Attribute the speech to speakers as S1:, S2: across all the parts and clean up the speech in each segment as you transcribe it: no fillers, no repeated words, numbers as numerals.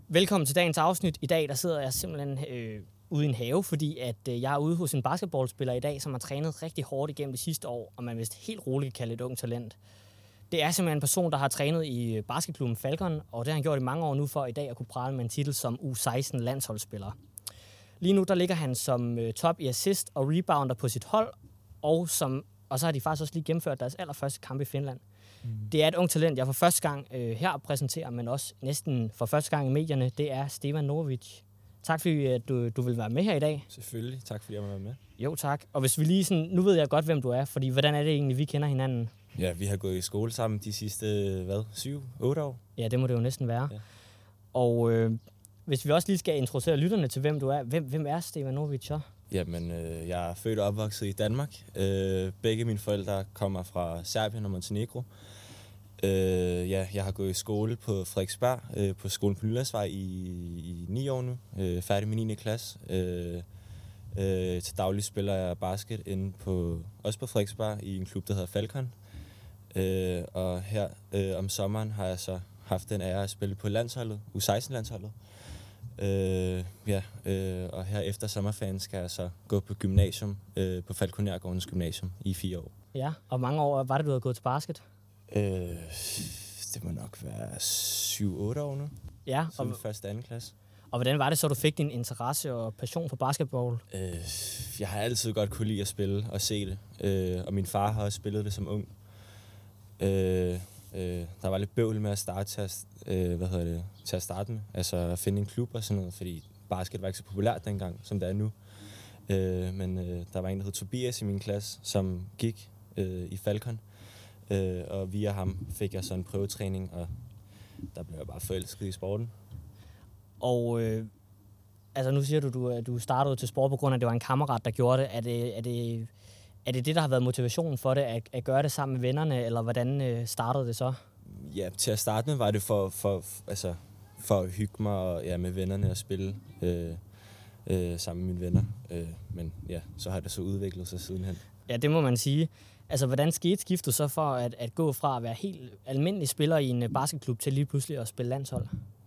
S1: Velkommen til dagens afsnit. I dag der sidder jeg simpelthen ude i en have, fordi at jeg er ude hos en basketballspiller i dag, som har trænet rigtig hårdt igennem de sidste år, og man vist helt roligt kan kalde et ung talent. Det er simpelthen en person, der har trænet i basketklubben Falcon, og det har han gjort i mange år nu for i dag at kunne prale med en titel som U16-landsholdsspiller. Lige nu der ligger han som top i assist og rebounder på sit hold, og så har de faktisk også lige gennemført deres allerførste kamp i Finland. Det er et ung talent, jeg for første gang her præsenterer, men også næsten for første gang i medierne. Det er Stevan Norovic. Tak fordi du vil være med her i dag.
S2: Selvfølgelig. Tak fordi jeg må være med.
S1: Jo, tak. Og hvis vi lige sådan, nu ved jeg godt, hvem du er, fordi hvordan er det egentlig, vi kender hinanden?
S2: Ja, vi har gået i skole sammen de sidste, 7-8 år?
S1: Ja, det må det jo næsten være.
S2: Ja.
S1: Og hvis vi også lige skal introducere lytterne til, hvem du er. Hvem er Stevan Norovic så?
S2: Jamen, jeg er født og opvokset i Danmark. Begge mine forældre kommer fra Serbien og Montenegro. Jeg har gået i skole på Frederiksberg, på skolen på Nylandsvej i 9 år nu. Færdig med 9. klasse. Til daglig spiller jeg basket også på Frederiksberg i en klub, der hedder Falcon. Og her om sommeren har jeg så haft den ære at spille på landsholdet, U16-landsholdet. Og her efter sommerferien skal jeg så gå på gymnasium, på Falconergårdens gymnasium i 4 år.
S1: Ja, og mange år var det, du havde gået til basket?
S2: Det må nok være 7-8 år nu.
S1: Ja.
S2: Som første og anden klasse.
S1: Og hvordan var det så, du fik din interesse og passion for basketball?
S2: Jeg har altid godt kunne lide at spille og se det. Og min far har også spillet det som ung. Der var lidt bøvl med at starte til at starte med. Altså at finde en klub og sådan noget, fordi basket var ikke så populært dengang, som det er nu. Men der var en, der hed Tobias i min klasse, som gik i Falcon. Og via ham fik jeg så en prøvetræning, og der blev jeg bare forelsket i sporten.
S1: Og nu siger du, at du startede til sport på grund af, at det var en kammerat, der gjorde det. Er det, der har været motivationen for det, at gøre det sammen med vennerne, eller hvordan startede det så? Ja,
S2: til at starte med var det for at hygge mig og, med vennerne og spille sammen med mine venner. Men ja, så har det så udviklet sig sidenhen. Ja,
S1: det må man sige. Altså, hvordan skete skiftet så for at gå fra at være helt almindelig spiller i en basketklub til lige pludselig at spille landshold?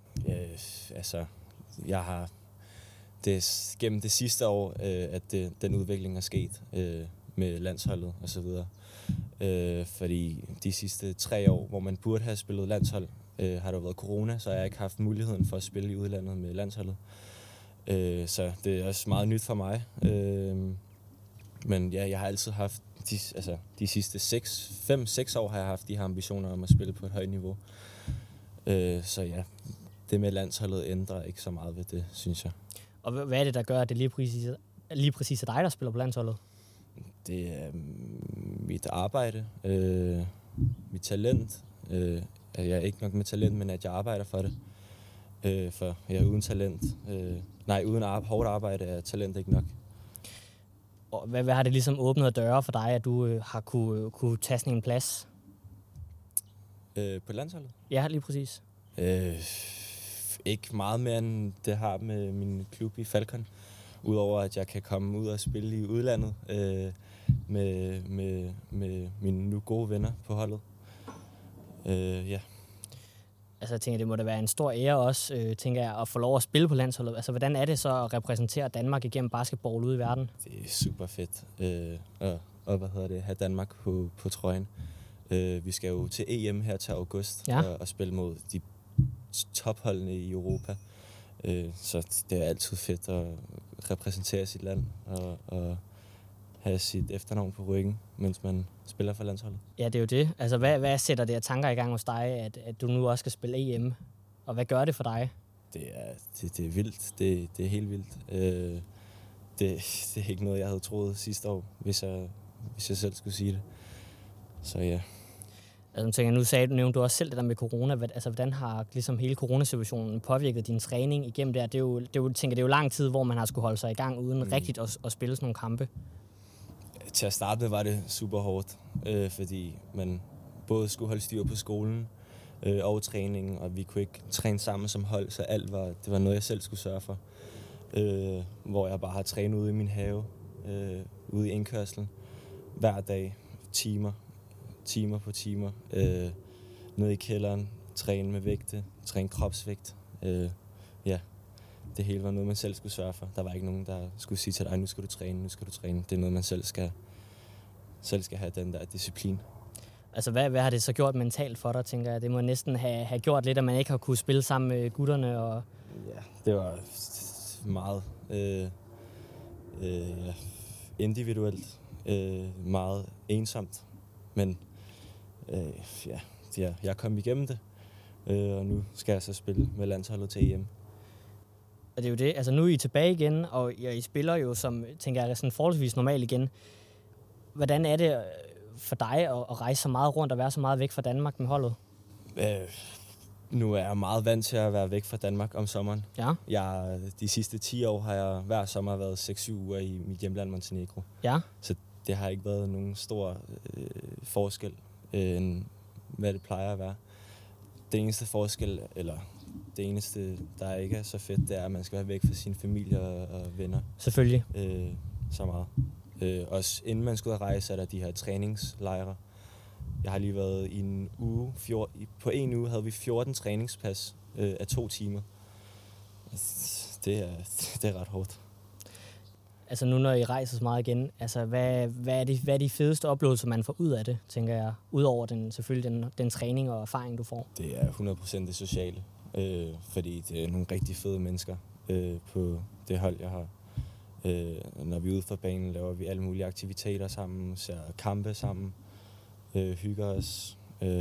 S2: Jeg har gennem det sidste år, at den udvikling er sket med landsholdet og så videre. Fordi de sidste 3 år, hvor man burde have spillet landshold, har der været corona, så jeg har ikke haft muligheden for at spille i udlandet med landsholdet. Så det er også meget nyt for mig. Men ja, jeg har altid haft de sidste 5-6 år har jeg haft de her ambitioner om at spille på et højt niveau. Så ja, det med landsholdet ændrer ikke så meget ved det, synes jeg.
S1: Og hvad er det, der gør, at det lige præcis er dig, der spiller på landsholdet?
S2: Det er mit arbejde, mit talent. Jeg er ikke nok med talent, men at jeg arbejder for det. For jeg er uden talent. Uden hårdt arbejde er talent ikke nok.
S1: Og hvad har det ligesom åbnet af døre for dig, at du har kunne tage sådan en plads?
S2: På landsholdet?
S1: Ja, lige præcis.
S2: Ikke meget mere, end det har med min klub i Falcon. Udover at jeg kan komme ud og spille i udlandet med mine nu gode venner på holdet. Ja.
S1: Altså, jeg tænker, det må da være en stor ære også, tænker jeg, at få lov at spille på landsholdet. Altså, hvordan er det så at repræsentere Danmark igennem basketball ude i verden?
S2: Det er super fedt at have Danmark på trøjen. Vi skal jo til EM her til august og spille mod de topholdene i Europa. Så det er altid fedt at repræsentere sit land og have sit efternavn på ryggen, mens man spiller for landsholdet.
S1: Ja, det er jo det. Altså, hvad sætter det af tanker i gang hos dig, at du nu også skal spille EM? Og hvad gør det for dig?
S2: Det er vildt. Det er helt vildt. Det er ikke noget, jeg havde troet sidste år, hvis jeg selv skulle sige det. Så ja.
S1: Altså, nu nævnte du også selv det der med corona. Hvordan har ligesom hele coronasituationen påvirket din træning igennem det? Det er jo lang tid, hvor man har skulle holde sig i gang uden rigtigt at spille sådan nogle kampe.
S2: Til at starte med var det super hårdt, fordi man både skulle holde styr på skolen og træningen, og vi kunne ikke træne sammen som hold, så det var noget, jeg selv skulle sørge for. Hvor jeg bare har trænet ude i min have, ude i indkørslen, hver dag, timer på timer, nede i kælderen, træne med vægte, træne kropsvægt, det hele var noget, man selv skulle sørge for. Der var ikke nogen, der skulle sige til dig, nu skal du træne, nu skal du træne. Det er noget, man selv skal have, den der disciplin.
S1: Altså, hvad har det så gjort mentalt for dig, tænker jeg? Det må næsten have gjort lidt, at man ikke har kunne spille sammen med gutterne. Og
S2: Ja, det var meget individuelt, meget ensomt. Men jeg kom igennem det, og nu skal jeg så spille med landsholdet til EM.
S1: Og det er jo det. Altså, nu er I tilbage igen, og I spiller jo, som tænker jeg, sådan forholdsvis normalt igen. Hvordan er det for dig at rejse så meget rundt og være så meget væk fra Danmark med holdet?
S2: Nu er jeg meget vant til at være væk fra Danmark om sommeren.
S1: Ja.
S2: De sidste 10 år har jeg hver sommer været 6-7 uger i mit hjemland Montenegro.
S1: Ja.
S2: Så det har ikke været nogen stor forskel, end hvad det plejer at være. Det eneste forskel, eller det eneste, der ikke er så fedt, det er, at man skal være væk fra sin familie og venner.
S1: Selvfølgelig.
S2: Så meget. Også inden man skal ud og rejse, er der de her træningslejre. Jeg har lige været i en uge. På en uge havde vi 14 træningspas af 2 timer. Det er ret hårdt.
S1: Altså nu, når I rejser så meget igen, altså hvad er de fedeste oplevelser, man får ud af det, tænker jeg? Udover selvfølgelig den træning og erfaring, du får.
S2: Det er 100% det sociale. Fordi det er nogle rigtig fede mennesker på det hold, jeg har. Når vi er ude for banen, laver vi alle mulige aktiviteter sammen, ser kampe sammen, hygger os.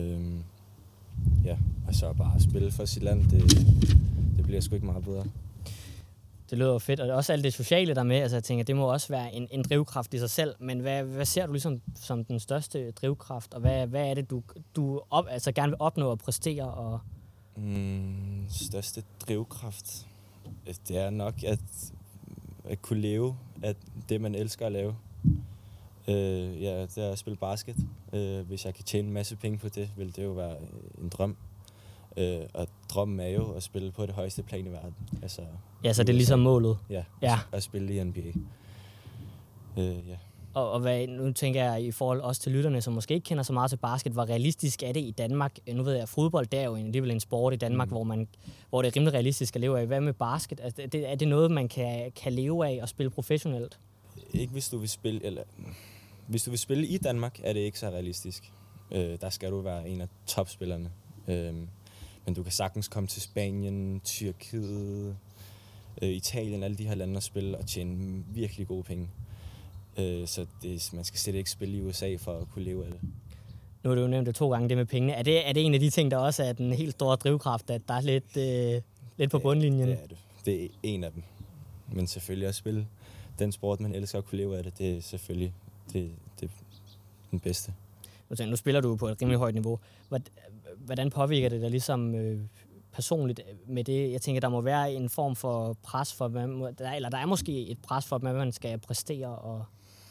S2: Og så bare spille for sit land, det bliver sgu ikke meget bedre.
S1: Det lyder fedt, og også alt det sociale der med, altså jeg tænker, det må også være en drivkraft i sig selv, men hvad ser du ligesom som den største drivkraft, og hvad er det, du gerne vil opnå at præstere? Og
S2: største drivkraft, det er nok at kunne leve af det, man elsker at lave. Det er at spille basket. Hvis jeg kan tjene en masse penge på det, vil det jo være en drøm. Og drømmen er jo at spille på det højeste plan i verden. Altså,
S1: ja, så det er ligesom målet.
S2: Ja. At spille i NBA. Ja.
S1: Og nu tænker jeg i forhold også til lytterne, som måske ikke kender så meget til basket, hvor realistisk er det i Danmark? Nu ved jeg, at fodbold, det er jo alligevel en sport i Danmark, hvor det er rimelig realistisk at leve af. Hvad med basket? Altså, er det noget, man kan leve af og spille professionelt?
S2: Ikke hvis du vil spille, eller hvis du vil spille i Danmark, er det ikke så realistisk. Der skal du være en af topspillerne. Men du kan sagtens komme til Spanien, Tyrkiet, Italien, alle de her lande og spille og tjene virkelig gode penge. Så man skal slet ikke spille i USA for at kunne leve af det.
S1: Nu har du jo nævnt det 2 gange, det med pengene. Er det en af de ting, der også er den helt store drivkraft, at der er lidt på bundlinjen?
S2: Det er det. Det er en af dem. Men selvfølgelig at spille den sport, man elsker at kunne leve af det, det er selvfølgelig det den bedste.
S1: Nu spiller du på et rimelig højt niveau. Hvordan påvirker det dig ligesom personligt med det? Jeg tænker, der må være en form for pres for, eller der er måske et pres for, hvad man skal præstere. Og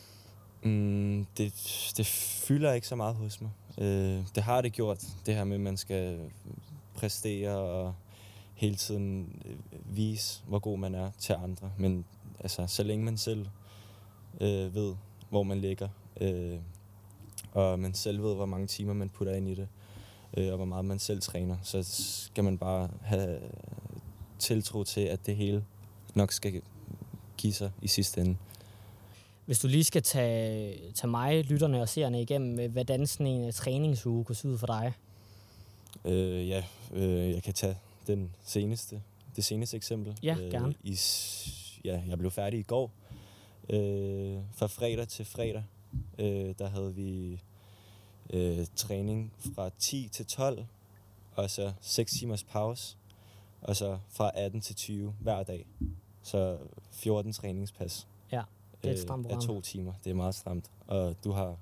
S2: det fylder ikke så meget hos mig. Det har det gjort, det her med, at man skal præstere og hele tiden vise, hvor god man er til andre. Men altså, så længe man selv ved, hvor man ligger, og man selv ved, hvor mange timer man putter ind i det, og hvor meget man selv træner, så skal man bare have tiltro til, at det hele nok skal give sig i sidste ende.
S1: Hvis du lige skal tage mig, lytterne og seerne igennem, hvordan sådan en træningsuge kunne se ud for dig?
S2: Jeg kan tage det seneste eksempel.
S1: Ja, gerne.
S2: Jeg blev færdig i går. Fra fredag til fredag, der havde vi træning fra 10 til 12, og så 6 timers pause, og så fra 18 til 20 hver dag. Så 14 træningspas.
S1: Ja, det er et stramt program.
S2: Af 2 timer. Det er meget stramt. Og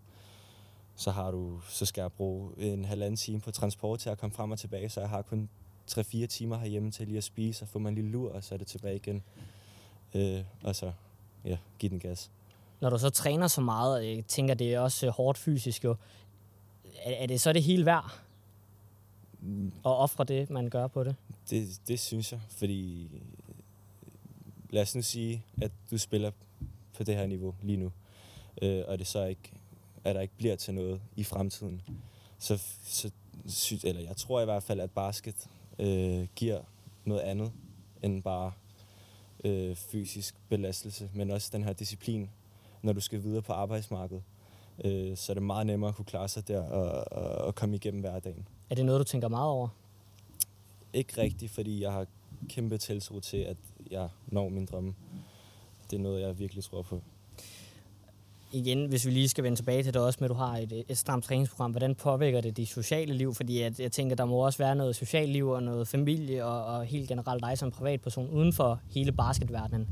S2: så skal jeg bruge en 1,5 time på transport til at komme frem og tilbage, så jeg har kun 3-4 timer herhjemme til lige at spise, og få mig en lille lur, og så er det tilbage igen. Og så, give den gas.
S1: Når du så træner så meget, jeg tænker, det er også hårdt fysisk jo. Er det så det hele værd at ofre det, man gør på det?
S2: Det synes jeg, fordi lad os nu sige, at du spiller på det her niveau lige nu, og det så ikke, at der ikke bliver til noget i fremtiden. Jeg tror i hvert fald, at basket giver noget andet end bare fysisk belastelse, men også den her disciplin, når du skal videre på arbejdsmarkedet. Så er det meget nemmere at kunne klare sig der og komme igennem hverdagen.
S1: Er det noget, du tænker meget over?
S2: Ikke rigtigt, fordi jeg har kæmpe tiltro til, at jeg når min drømme. Det er noget, jeg virkelig tror på.
S1: Igen, hvis vi lige skal vende tilbage til det også med, at du har et stramt træningsprogram, hvordan påvirker det dit sociale liv? Fordi jeg tænker, der må også være noget socialt liv og noget familie og helt generelt dig som privatperson uden for hele basketverdenen.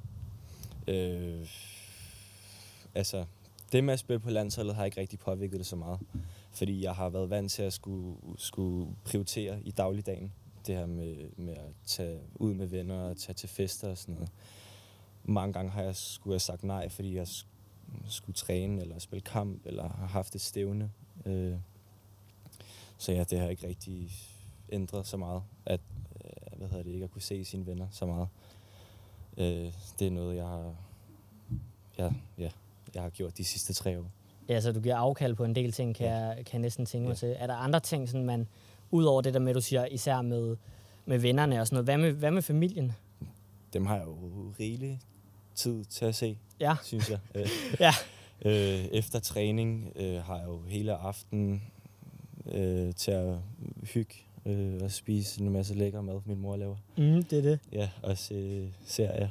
S2: Altså, det med at spille på landsholdet har ikke rigtig påvirket det så meget. Fordi jeg har været vant til at skulle prioritere i dagligdagen. Det her med at tage ud med venner og tage til fester og sådan noget. Mange gange skulle jeg sagt nej, fordi jeg skulle træne eller spille kamp eller har haft et stævne. Så ja, det har ikke rigtig ændret så meget, at ikke at kunne se sine venner så meget. Det er noget, jeg har gjort de sidste 3 år.
S1: Ja, så du giver afkald på en del ting, kan jeg næsten tænke mig til. Er der andre ting, sådan man, ud over det der med, du siger, især med vennerne og sådan noget, hvad med familien?
S2: Dem har jeg jo rigelig tid til at se, synes jeg. Efter træning har jeg jo hele aftenen til at hygge og spise en masse lækker mad, min mor laver.
S1: Det er det.
S2: Ja, og se serier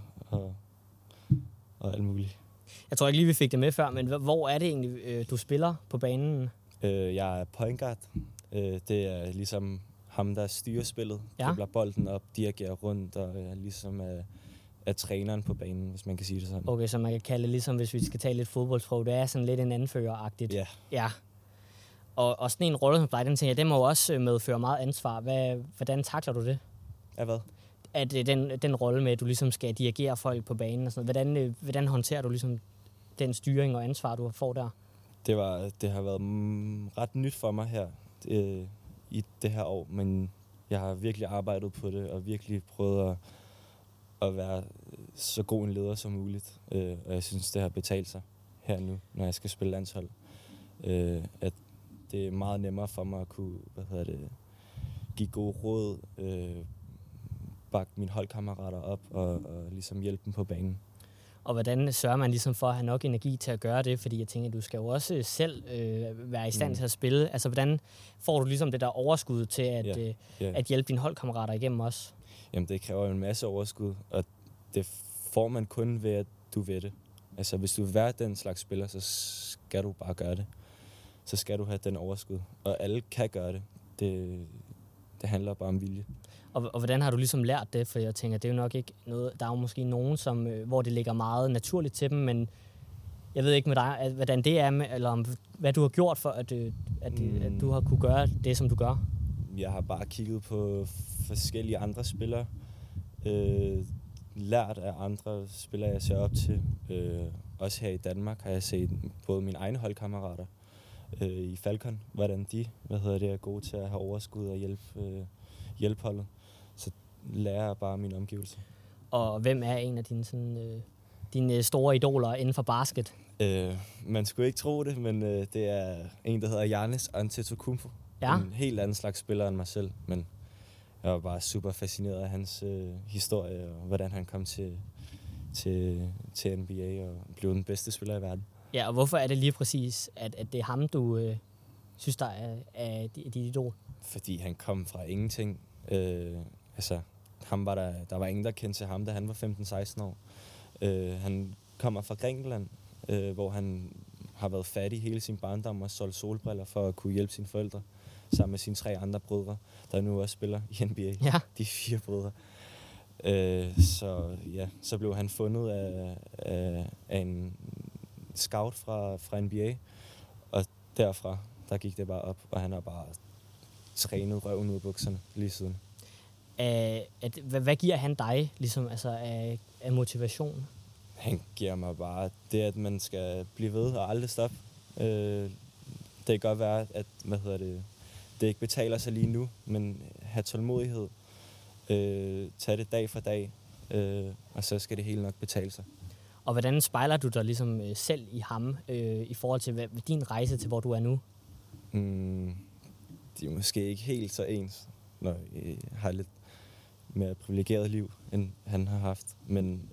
S2: og alt muligt.
S1: Jeg tror ikke lige, vi fik det med før, men hvor er det egentlig, du spiller på banen?
S2: Jeg er point guard. Det er ligesom ham, der styrer spillet, dribler bolden op, dirigerer rundt og ligesom er træneren på banen, hvis man kan sige det sådan.
S1: Okay, så man kan kalde det ligesom, hvis vi skal tale lidt fodboldsprog, det er sådan lidt en anfører-agtigt.
S2: Ja.
S1: Ja. Og sådan en rolle som dig, den tænker jeg, det må jo også medføre meget ansvar. Hvordan takler du det?
S2: Ja, hvad?
S1: At den rolle med, at du ligesom skal dirigere folk på banen og sådan noget. Hvordan håndterer du ligesom den styring og ansvar, du får der?
S2: Det har været ret nyt for mig her i det her år, men jeg har virkelig arbejdet på det og virkelig prøvet at være så god en leder som muligt. Og jeg synes, det har betalt sig her nu, når jeg skal spille landshold. At det er meget nemmere for mig at kunne give gode råd, bakke mine holdkammerater op og ligesom hjælpe dem på banen.
S1: Og hvordan sørger man ligesom for at have nok energi til at gøre det? Fordi jeg tænker, at du skal jo også selv være i stand til at spille. Altså, hvordan får du ligesom det der overskud til at hjælpe dine holdkammerater igennem også?
S2: Jamen, det kræver en masse overskud, og det får man kun ved, at du ved det. Altså, hvis du vil være den slags spiller, så skal du bare gøre det. Så skal du have den overskud. Og alle kan gøre det. Det handler bare om vilje.
S1: Og hvordan har du ligesom lært det? For jeg tænker, det er jo nok ikke noget... Der er jo måske nogen, hvor det ligger meget naturligt til dem, men jeg ved ikke med dig, hvordan det er, eller om, hvad du har gjort for, at du har kunne gøre det, som du gør.
S2: Jeg har bare kigget på forskellige andre spillere. Lært af andre spillere, jeg ser op til. Også her i Danmark har jeg set både mine egne holdkammerater i Falcon, hvordan de er gode til at have overskud og hjælpe holdet. Så lærer jeg bare mine omgivelser.
S1: Og hvem er en af dine store idoler inden for basket?
S2: Man skulle ikke tro det, men det er en, der hedder Giannis Antetokounmpo.
S1: Ja.
S2: En helt anden slags spiller end mig selv, men jeg var bare super fascineret af hans historie, og hvordan han kom til NBA og blev den bedste spiller i verden.
S1: Ja, og hvorfor er det lige præcis, at det er ham, du synes, der er dit idol?
S2: Fordi han kom fra ingenting. Der var ingen, der kendte til ham, da han var 15-16 år. Han kommer fra Grækenland, hvor han har været fattig hele sin barndom og solgt solbriller for at kunne hjælpe sine forældre, sammen med sine 3 andre brødre, der nu også spiller i NBA.
S1: Ja.
S2: De 4 brødre. Så blev han fundet af en scout fra NBA, og derfra, der gik det bare op, og han har bare trænet røven ud af bukserne lige siden.
S1: Hvad giver han dig ligesom, altså, af motivation?
S2: Han giver mig bare det, at man skal blive ved og aldrig stoppe. Det kan godt være, at det ikke betaler sig lige nu, men have tålmodighed. Tag det dag for dag, og så skal det hele nok betale sig.
S1: Og hvordan spejler du dig ligesom selv i ham, i forhold til din rejse til, hvor du er nu?
S2: De er måske ikke helt så ens, når jeg har mere privilegeret liv, end han har haft. Men,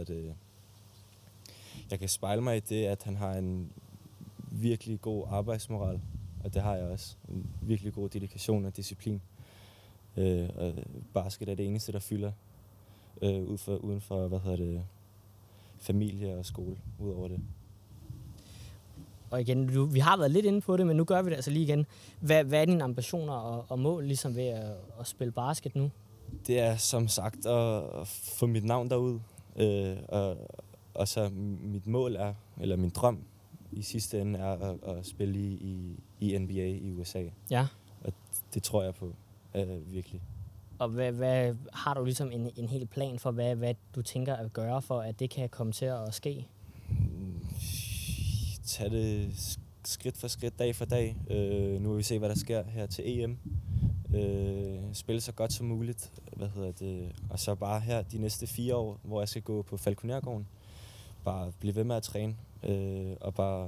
S2: jeg kan spejle mig i det, at han har en virkelig god arbejdsmoral, og det har jeg også. En virkelig god dedikation og disciplin. Og basket er det eneste, der fylder uden for familie og skole, ud over det.
S1: Og igen, vi har været lidt inde på det, men nu gør vi det altså lige igen. Hvad er dine ambitioner og mål ligesom ved at spille basket nu?
S2: Det er som sagt at få mit navn derud, og så mit mål er, eller min drøm i sidste ende er at spille i NBA i USA.
S1: Ja.
S2: Og det tror jeg på, virkelig.
S1: Og hvad har du ligesom en hel plan for, hvad du tænker at gøre for, at det kan komme til at ske?
S2: Tag det skridt for skridt, dag for dag. Nu vil vi se, hvad der sker her til EM. Spille så godt som muligt. Og så bare her de næste 4 år, hvor jeg skal gå på Falconer-gården. Bare blive ved med at træne. Og bare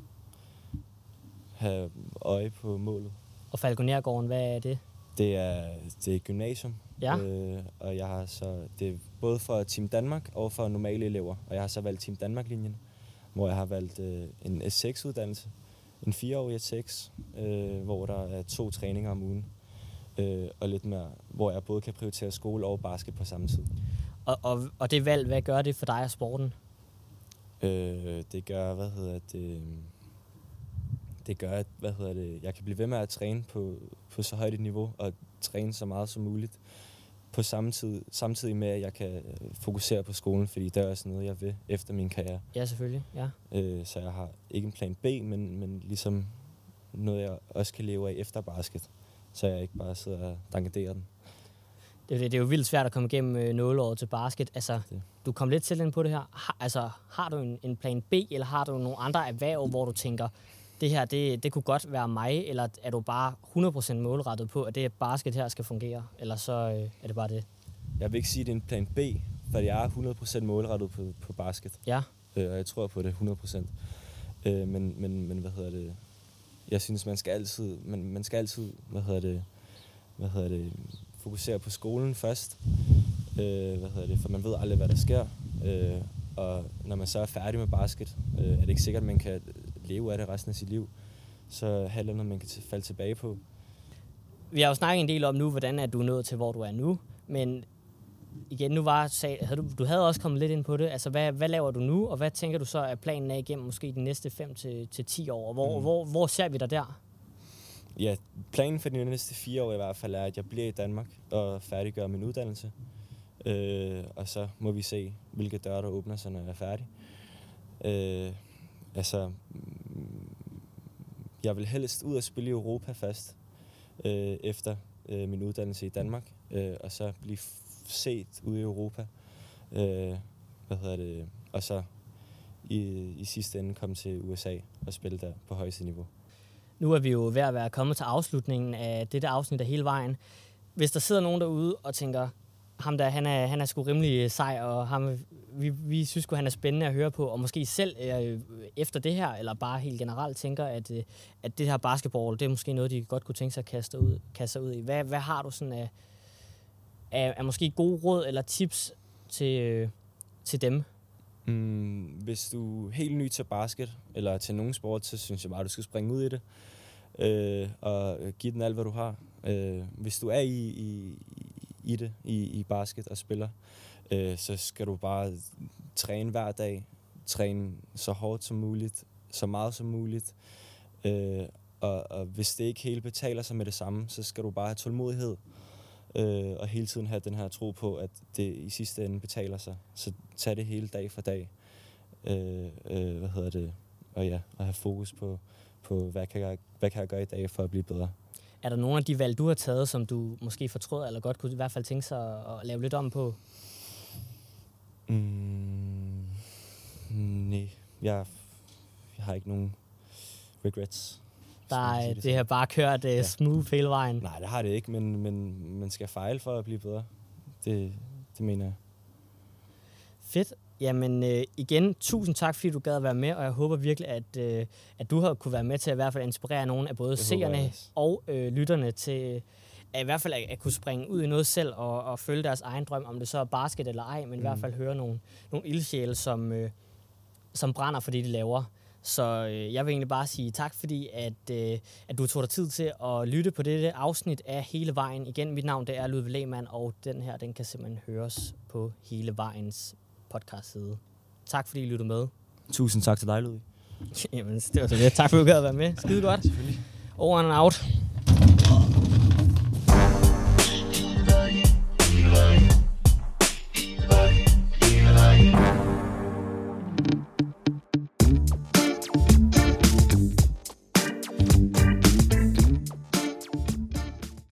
S2: have øje på målet.
S1: Og Falconer-gården, hvad er det?
S2: Det er et gymnasium.
S1: Ja.
S2: Og jeg har så, det er både for Team Danmark og for normale elever. Og jeg har så valgt Team Danmark-linjen, hvor jeg har valgt en S6-uddannelse. En 4-årig S6, hvor der er 2 træninger om ugen. Og lidt mere, hvor jeg både kan prioritere skole og basket på samme tid.
S1: Og det valg, hvad gør det for dig og sporten?
S2: Det gør, det gør, at jeg kan blive ved med at træne på så højt et niveau, og træne så meget som muligt på samtidig med, at jeg kan fokusere på skolen, fordi det er også noget, jeg vil efter min karriere.
S1: Ja, selvfølgelig. Ja.
S2: Så jeg har ikke en plan B, men ligesom noget, jeg også kan leve af efter basket, så jeg ikke bare sidder og dangerer den.
S1: Det er jo vildt svært at komme igennem nåleåret til basket. Altså, du kom lidt selv ind på det her. Har du en plan B, eller har du nogle andre erhverv, hvor du tænker, det her, det kunne godt være mig, eller er du bare 100% målrettet på, at det basket her skal fungere, eller så er det bare det?
S2: Jeg vil ikke sige, at det er en plan B, for jeg er 100% målrettet på basket.
S1: Ja.
S2: Og jeg tror på det 100%. Men jeg synes, man skal altid fokusere på skolen først. For man ved aldrig, hvad der sker. Og når man så er færdig med basket, er det ikke sikkert, at man kan leve af det resten af sit liv. Så handler noget, man kan falde tilbage på.
S1: Vi har jo snakket en del om nu, hvordan er du nået til, hvor du er nu. Men igen, du havde også kommet lidt ind på det. Altså, hvad laver du nu, og hvad tænker du så er planen af igennem måske de næste 5-10 år? Hvor ser vi dig der?
S2: Ja, planen for de næste 4 år i hvert fald er, at jeg bliver i Danmark og færdiggør min uddannelse. Og så må vi se, hvilke døre der åbner sig, når jeg er færdig. Jeg vil helst ud og spille i Europa først, efter min uddannelse i Danmark, og så blive set ude i Europa. Og så i sidste ende komme til USA og spille der på højeste niveau.
S1: Nu er vi jo ved at være kommet til afslutningen af dette afsnit af hele vejen. Hvis der sidder nogen derude og tænker, ham der, han er sgu rimelig sej, og vi synes sgu, han er spændende at høre på, og måske selv efter det her, eller bare helt generelt tænker, at det her basketball, det er måske noget, de godt kunne tænke sig at kaste sig ud i. Hvad har du sådan af måske gode råd eller tips til dem?
S2: Hvis du er helt ny til basket, eller til nogen sport, så synes jeg bare, at du skal springe ud i det, og give den alt, hvad du har. Hvis du er i det, i basket og spiller, så skal du bare træne hver dag, træne så hårdt som muligt, så meget som muligt, og hvis det ikke helt betaler sig med det samme, så skal du bare have tålmodighed, og hele tiden have den her tro på, at det i sidste ende betaler sig. Så tag det hele dag for dag, og have fokus på hvad kan jeg gøre i dag for at blive bedre.
S1: Er der nogle af de valg, du har taget, som du måske fortrød, eller godt kunne i hvert fald tænke sig at lave lidt om på?
S2: Nej, jeg har ikke nogen regrets.
S1: Det har bare kørt smooth hele vejen?
S2: Nej, det har det ikke, men man skal fejle for at blive bedre. Det mener jeg.
S1: Fedt. Jamen igen, tusind tak, fordi du gad at være med, og jeg håber virkelig, at du har kunne være med til at i hvert fald inspirere nogle af både seerne og lytterne til i hvert fald at kunne springe ud i noget selv og følge deres egen drøm, om det så er basket eller ej, men i hvert fald høre nogle ildsjæle, som brænder for det, de laver. Så jeg vil egentlig bare sige tak, fordi at du tog dig tid til at lytte på dette afsnit af Hele Vejen. Igen, mit navn det er Ludvig Lehmann, og den kan simpelthen høres på Hele Vejens podcast-side. Tak fordi I lyttede med.
S2: Tusind tak til dig, Ludvig.
S1: Jamen, det var så lidt. Tak for at du gad at være med. Skide godt. Over and out.